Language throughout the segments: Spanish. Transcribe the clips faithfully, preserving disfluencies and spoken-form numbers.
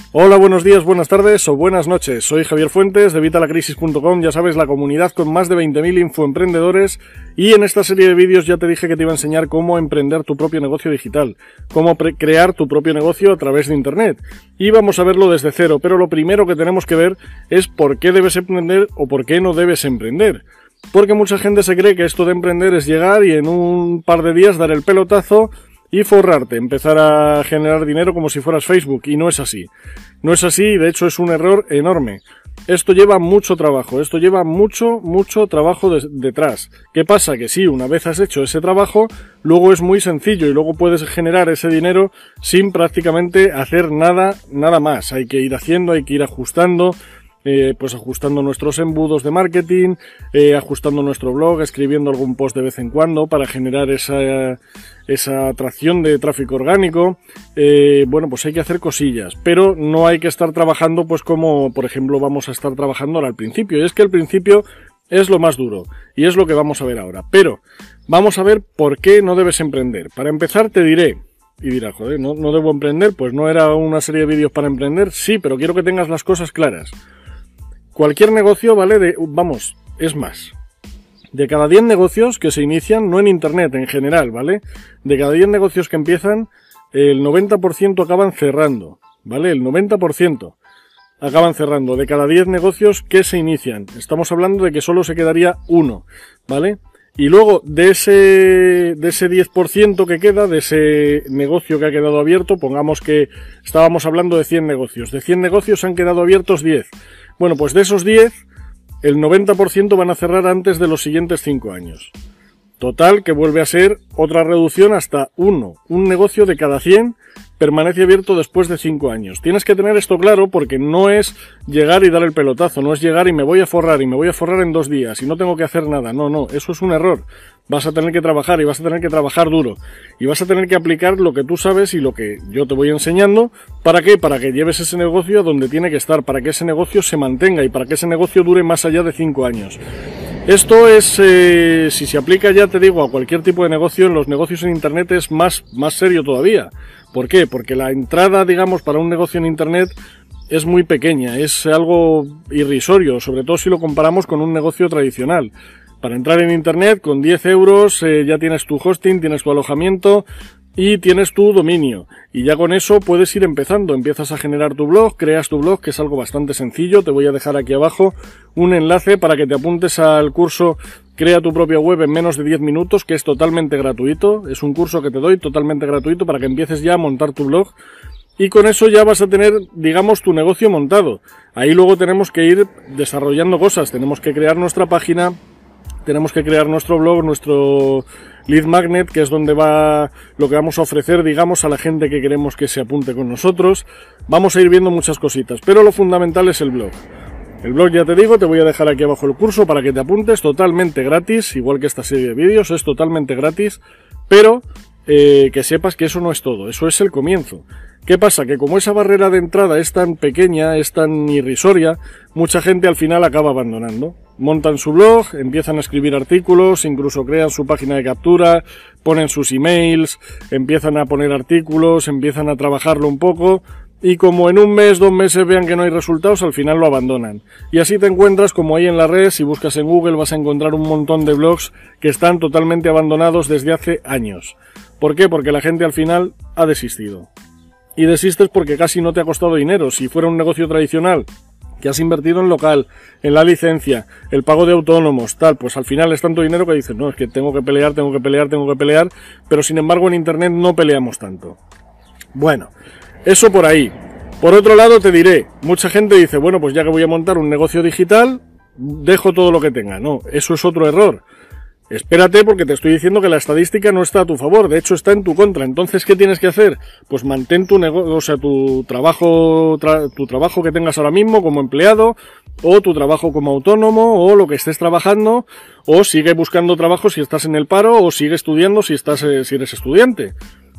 Hola, buenos días, buenas tardes o buenas noches. Soy Javier Fuentes de Vitalacrisis punto com, ya sabes, la comunidad con más de veinte mil infoemprendedores, y en esta serie de vídeos ya te dije que te iba a enseñar cómo emprender tu propio negocio digital, cómo crear tu propio negocio a través de Internet. Y vamos a verlo desde cero, pero lo primero que tenemos que ver es por qué debes emprender o por qué no debes emprender. Porque mucha gente se cree que esto de emprender es llegar y en un par de días dar el pelotazo y forrarte, empezar a generar dinero como si fueras Facebook, y no es así. No es así, y de hecho es un error enorme. Esto lleva mucho trabajo, esto lleva mucho, mucho trabajo de detrás. ¿Qué pasa? Que sí, una vez has hecho ese trabajo, luego es muy sencillo y luego puedes generar ese dinero sin prácticamente hacer nada, nada más. Hay que ir haciendo, hay que ir ajustando. Eh, pues ajustando nuestros embudos de marketing, eh, ajustando nuestro blog, escribiendo algún post de vez en cuando para generar esa, esa atracción de tráfico orgánico. Eh, bueno, pues hay que hacer cosillas, pero no hay que estar trabajando pues como, por ejemplo, vamos a estar trabajando ahora al principio. Y es que el principio es lo más duro y es lo que vamos a ver ahora. Pero vamos a ver por qué no debes emprender. Para empezar te diré, y dirás, joder, ¿no, no debo emprender? Pues no era una serie de vídeos para emprender. Sí, pero quiero que tengas las cosas claras. Cualquier negocio, ¿vale? De, vamos, es más, de cada diez negocios que se inician, no en Internet, en general, ¿vale? De cada diez negocios que empiezan, el noventa por ciento acaban cerrando, ¿vale? El noventa por ciento acaban cerrando de cada diez negocios que se inician. Estamos hablando de que solo se quedaría uno, ¿vale? Y luego, de ese, de ese diez por ciento que queda, de ese negocio que ha quedado abierto, pongamos que estábamos hablando de cien negocios. De cien negocios han quedado abiertos diez. Bueno, pues de esos diez, el noventa por ciento van a cerrar antes de los siguientes cinco años. Total, que vuelve a ser otra reducción hasta uno. Un negocio de cada cien permanece abierto después de cinco años. Tienes que tener esto claro porque no es llegar y dar el pelotazo, no es llegar y me voy a forrar y me voy a forrar en dos días y no tengo que hacer nada. No, no, eso es un error. Vas a tener que trabajar y vas a tener que trabajar duro y vas a tener que aplicar lo que tú sabes y lo que yo te voy enseñando. ¿Para qué? Para que lleves ese negocio a donde tiene que estar, para que ese negocio se mantenga y para que ese negocio dure más allá de cinco años. Esto es, eh, si se aplica, ya te digo, a cualquier tipo de negocio, en los negocios en Internet es más, más serio todavía. ¿Por qué? Porque la entrada, digamos, para un negocio en Internet es muy pequeña, es algo irrisorio, sobre todo si lo comparamos con un negocio tradicional. Para entrar en Internet, con diez euros eh, ya tienes tu hosting, tienes tu alojamiento y tienes tu dominio. Y ya con eso puedes ir empezando. Empiezas a generar tu blog, creas tu blog, que es algo bastante sencillo. Te voy a dejar aquí abajo un enlace para que te apuntes al curso Crea tu propia web en menos de diez minutos, que es totalmente gratuito. Es un curso que te doy totalmente gratuito para que empieces ya a montar tu blog. Y con eso ya vas a tener, digamos, tu negocio montado. Ahí luego tenemos que ir desarrollando cosas. Tenemos que crear nuestra página. Tenemos que crear nuestro blog, nuestro lead magnet, que es donde va lo que vamos a ofrecer, digamos, a la gente que queremos que se apunte con nosotros. Vamos a ir viendo muchas cositas, pero lo fundamental es el blog. El blog, ya te digo, te voy a dejar aquí abajo el curso para que te apuntes, totalmente gratis, igual que esta serie de vídeos, es totalmente gratis, pero eh, que sepas que eso no es todo, eso es el comienzo. ¿Qué pasa? Que como esa barrera de entrada es tan pequeña, es tan irrisoria, mucha gente al final acaba abandonando. Montan su blog, empiezan a escribir artículos, incluso crean su página de captura, ponen sus emails, empiezan a poner artículos, empiezan a trabajarlo un poco, y como en un mes, dos meses vean que no hay resultados, al final lo abandonan. Y así te encuentras como ahí en la red, si buscas en Google vas a encontrar un montón de blogs que están totalmente abandonados desde hace años. ¿Por qué? Porque la gente al final ha desistido. Y desistes porque casi no te ha costado dinero. Si fuera un negocio tradicional, que has invertido en local, en la licencia, el pago de autónomos, tal, pues al final es tanto dinero que dices, no, es que tengo que pelear, tengo que pelear, tengo que pelear, pero sin embargo en Internet no peleamos tanto. Bueno, eso por ahí. Por otro lado te diré, mucha gente dice, bueno, pues ya que voy a montar un negocio digital, dejo todo lo que tenga. No, eso es otro error. Espérate, porque te estoy diciendo que la estadística no está a tu favor, de hecho está en tu contra. Entonces, ¿qué tienes que hacer? Pues mantén tu negocio, o sea, tu trabajo, tra tu trabajo que tengas ahora mismo como empleado, o tu trabajo como autónomo, o lo que estés trabajando, o sigue buscando trabajo si estás en el paro, o sigue estudiando si estás, eh, si eres estudiante.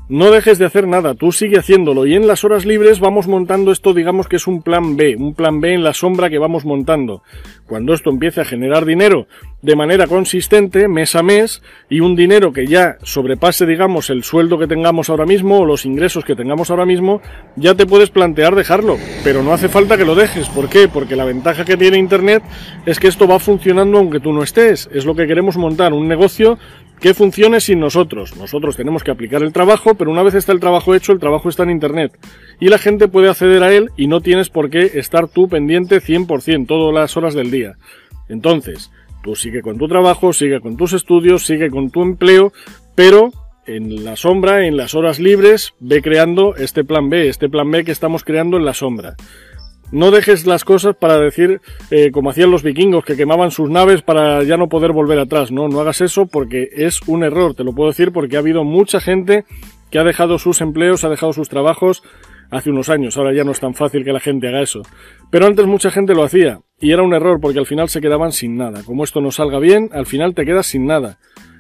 No dejes de hacer nada, tú sigue haciéndolo y en las horas libres vamos montando esto, digamos que es un plan B, un plan B en la sombra que vamos montando. Cuando esto empiece a generar dinero de manera consistente, mes a mes, y un dinero que ya sobrepase, digamos, el sueldo que tengamos ahora mismo o los ingresos que tengamos ahora mismo, ya te puedes plantear dejarlo, pero no hace falta que lo dejes. ¿Por qué? Porque la ventaja que tiene Internet es que esto va funcionando aunque tú no estés. Es lo que queremos montar, un negocio que funcione sin nosotros. Nosotros tenemos que aplicar el trabajo, pero una vez está el trabajo hecho, el trabajo está en Internet. Y la gente puede acceder a él y no tienes por qué estar tú pendiente cien por cien todas las horas del día. Entonces, tú sigue con tu trabajo, sigue con tus estudios, sigue con tu empleo, pero en la sombra, en las horas libres, ve creando este plan B, este plan B que estamos creando en la sombra. No dejes las cosas para decir, eh, como hacían los vikingos, que quemaban sus naves para ya no poder volver atrás. No, no hagas eso porque es un error, te lo puedo decir porque ha habido mucha gente que ha dejado sus empleos, ha dejado sus trabajos hace unos años. Ahora ya no es tan fácil que la gente haga eso. Pero antes mucha gente lo hacía y era un error porque al final se quedaban sin nada. Como esto no salga bien, al final te quedas sin nada.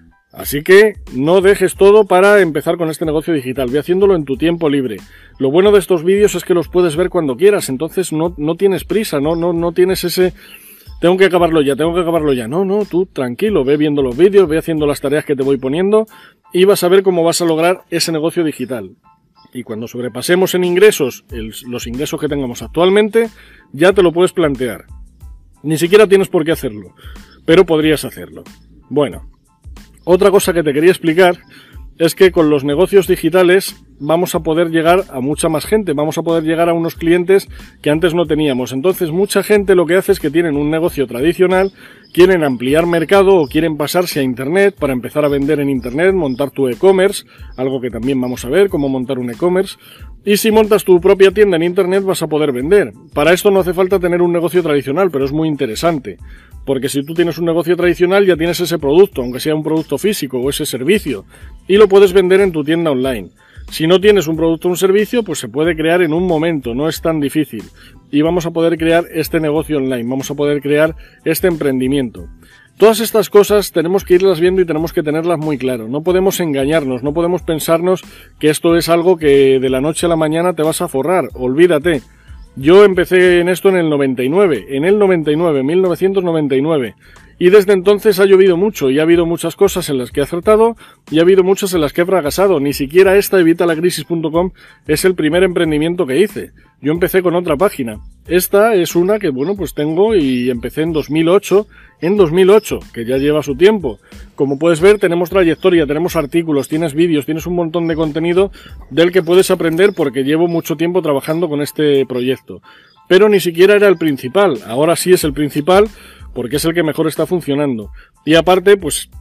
Así que no dejes todo para empezar con este negocio digital, ve haciéndolo en tu tiempo libre. Lo bueno de estos vídeos es que los puedes ver cuando quieras, entonces no, no tienes prisa, no, no, no tienes ese... Tengo que acabarlo ya, tengo que acabarlo ya. No, no, tú tranquilo, ve viendo los vídeos, ve haciendo las tareas que te voy poniendo y vas a ver cómo vas a lograr ese negocio digital. Y cuando sobrepasemos en ingresos, el, los ingresos que tengamos actualmente, ya te lo puedes plantear. Ni siquiera tienes por qué hacerlo, pero podrías hacerlo. Bueno. Otra cosa que te quería explicar es que con los negocios digitales vamos a poder llegar a mucha más gente, vamos a poder llegar a unos clientes que antes no teníamos. Entonces mucha gente lo que hace es que tienen un negocio tradicional, quieren ampliar mercado o quieren pasarse a Internet para empezar a vender en Internet, montar tu e-commerce, algo que también vamos a ver, cómo montar un e-commerce. Y si montas tu propia tienda en Internet vas a poder vender. Para esto no hace falta tener un negocio tradicional, pero es muy interesante. Porque si tú tienes un negocio tradicional ya tienes ese producto, aunque sea un producto físico o ese servicio, y lo puedes vender en tu tienda online. Si no tienes un producto o un servicio, pues se puede crear en un momento, no es tan difícil. Y vamos a poder crear este negocio online, vamos a poder crear este emprendimiento. Todas estas cosas tenemos que irlas viendo y tenemos que tenerlas muy claro. No podemos engañarnos, no podemos pensarnos que esto es algo que de la noche a la mañana te vas a forrar, olvídate. Yo empecé en esto en el noventa y nueve, en el noventa y nueve, mil novecientos noventa y nueve, y desde entonces ha llovido mucho y ha habido muchas cosas en las que he acertado y ha habido muchas en las que he fracasado. Ni siquiera esta evita la crisis punto com es el primer emprendimiento que hice. Yo empecé con otra página. Esta es una que, bueno, pues tengo y empecé en dos mil ocho, en dos mil ocho, que ya lleva su tiempo. Como puedes ver, tenemos trayectoria, tenemos artículos, tienes vídeos, tienes un montón de contenido del que puedes aprender porque llevo mucho tiempo trabajando con este proyecto. Pero ni siquiera era el principal, ahora sí es el principal porque es el que mejor está funcionando. Y aparte, pues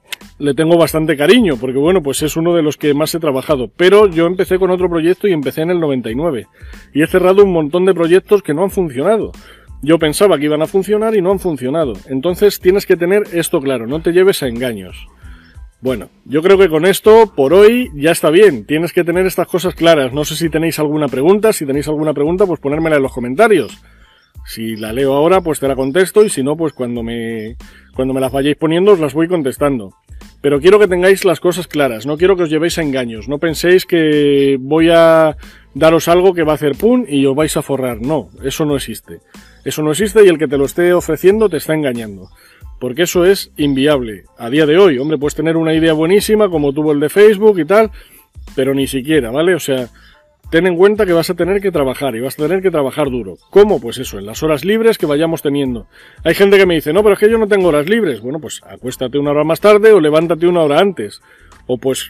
le tengo bastante cariño, porque bueno, pues es uno de los que más he trabajado. Pero yo empecé con otro proyecto y empecé en el noventa y nueve. Y he cerrado un montón de proyectos que no han funcionado. Yo pensaba que iban a funcionar y no han funcionado. Entonces tienes que tener esto claro, no te lleves a engaños. Bueno, yo creo que con esto, por hoy, ya está bien. Tienes que tener estas cosas claras. No sé si tenéis alguna pregunta. Si tenéis alguna pregunta, pues ponérmela en los comentarios. Si la leo ahora, pues te la contesto, y si no, pues cuando me, cuando me las vayáis poniendo os las voy contestando. Pero quiero que tengáis las cosas claras, no quiero que os llevéis a engaños, no penséis que voy a daros algo que va a hacer pum y os vais a forrar. No, eso no existe. Eso no existe y el que te lo esté ofreciendo te está engañando. Porque eso es inviable. A día de hoy, hombre, puedes tener una idea buenísima como tuvo el de Facebook y tal, pero ni siquiera, ¿vale? O sea, ten en cuenta que vas a tener que trabajar y vas a tener que trabajar duro. ¿Cómo? Pues eso, en las horas libres que vayamos teniendo. Hay gente que me dice, no, pero es que yo no tengo horas libres. Bueno, pues acuéstate una hora más tarde o levántate una hora antes. O pues,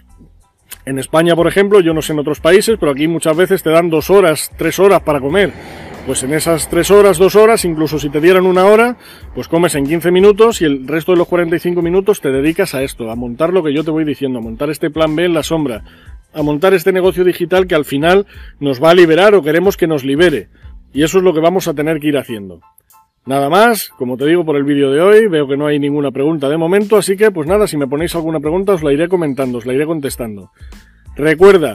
en España, por ejemplo, yo no sé en otros países, pero aquí muchas veces te dan dos horas, tres horas para comer. Pues en esas tres horas, dos horas, incluso si te dieran una hora, pues comes en quince minutos y el resto de los cuarenta y cinco minutos te dedicas a esto, a montar lo que yo te voy diciendo, a montar este plan B en la sombra, a montar este negocio digital que al final nos va a liberar o queremos que nos libere. Y eso es lo que vamos a tener que ir haciendo. Nada más, como te digo por el vídeo de hoy, veo que no hay ninguna pregunta de momento, así que pues nada, si me ponéis alguna pregunta os la iré comentando, os la iré contestando. Recuerda,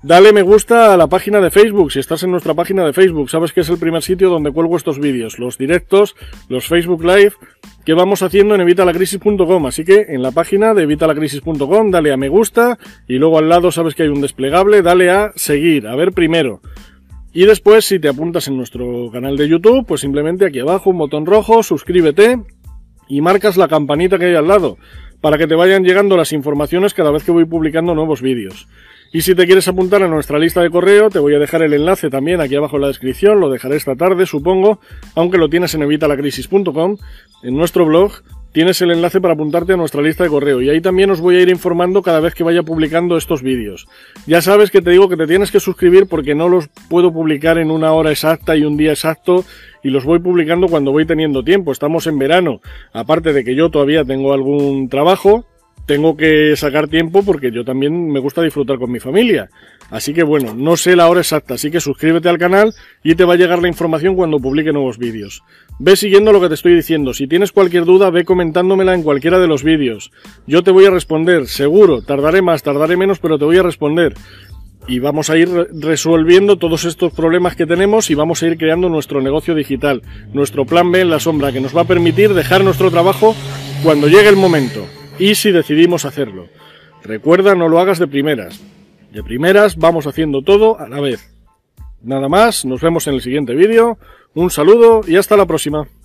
Dale me gusta a la página de Facebook, si estás en nuestra página de Facebook, sabes que es el primer sitio donde cuelgo estos vídeos, los directos, los Facebook Live que vamos haciendo en evita la crisis punto com, así que en la página de evita la crisis punto com dale a me gusta y luego al lado sabes que hay un desplegable, dale a seguir, a ver primero. Y después si te apuntas en nuestro canal de YouTube, pues simplemente aquí abajo un botón rojo, suscríbete y marcas la campanita que hay al lado para que te vayan llegando las informaciones cada vez que voy publicando nuevos vídeos. Y si te quieres apuntar a nuestra lista de correo, te voy a dejar el enlace también aquí abajo en la descripción, lo dejaré esta tarde, supongo, aunque lo tienes en evita la crisis punto com, en nuestro blog, tienes el enlace para apuntarte a nuestra lista de correo, y ahí también os voy a ir informando cada vez que vaya publicando estos vídeos. Ya sabes que te digo que te tienes que suscribir porque no los puedo publicar en una hora exacta y un día exacto, y los voy publicando cuando voy teniendo tiempo. Estamos en verano, aparte de que yo todavía tengo algún trabajo, tengo que sacar tiempo porque yo también me gusta disfrutar con mi familia. Así que bueno, no sé la hora exacta, así que suscríbete al canal y te va a llegar la información cuando publique nuevos vídeos. Ve siguiendo lo que te estoy diciendo. Si tienes cualquier duda, ve comentándomela en cualquiera de los vídeos. Yo te voy a responder, seguro. Tardaré más, tardaré menos, pero te voy a responder. Y vamos a ir resolviendo todos estos problemas que tenemos y vamos a ir creando nuestro negocio digital, nuestro plan B en la sombra, que nos va a permitir dejar nuestro trabajo cuando llegue el momento. Y si decidimos hacerlo. Recuerda, no lo hagas de primeras. De primeras vamos haciendo todo a la vez. Nada más, nos vemos en el siguiente vídeo. Un saludo y hasta la próxima.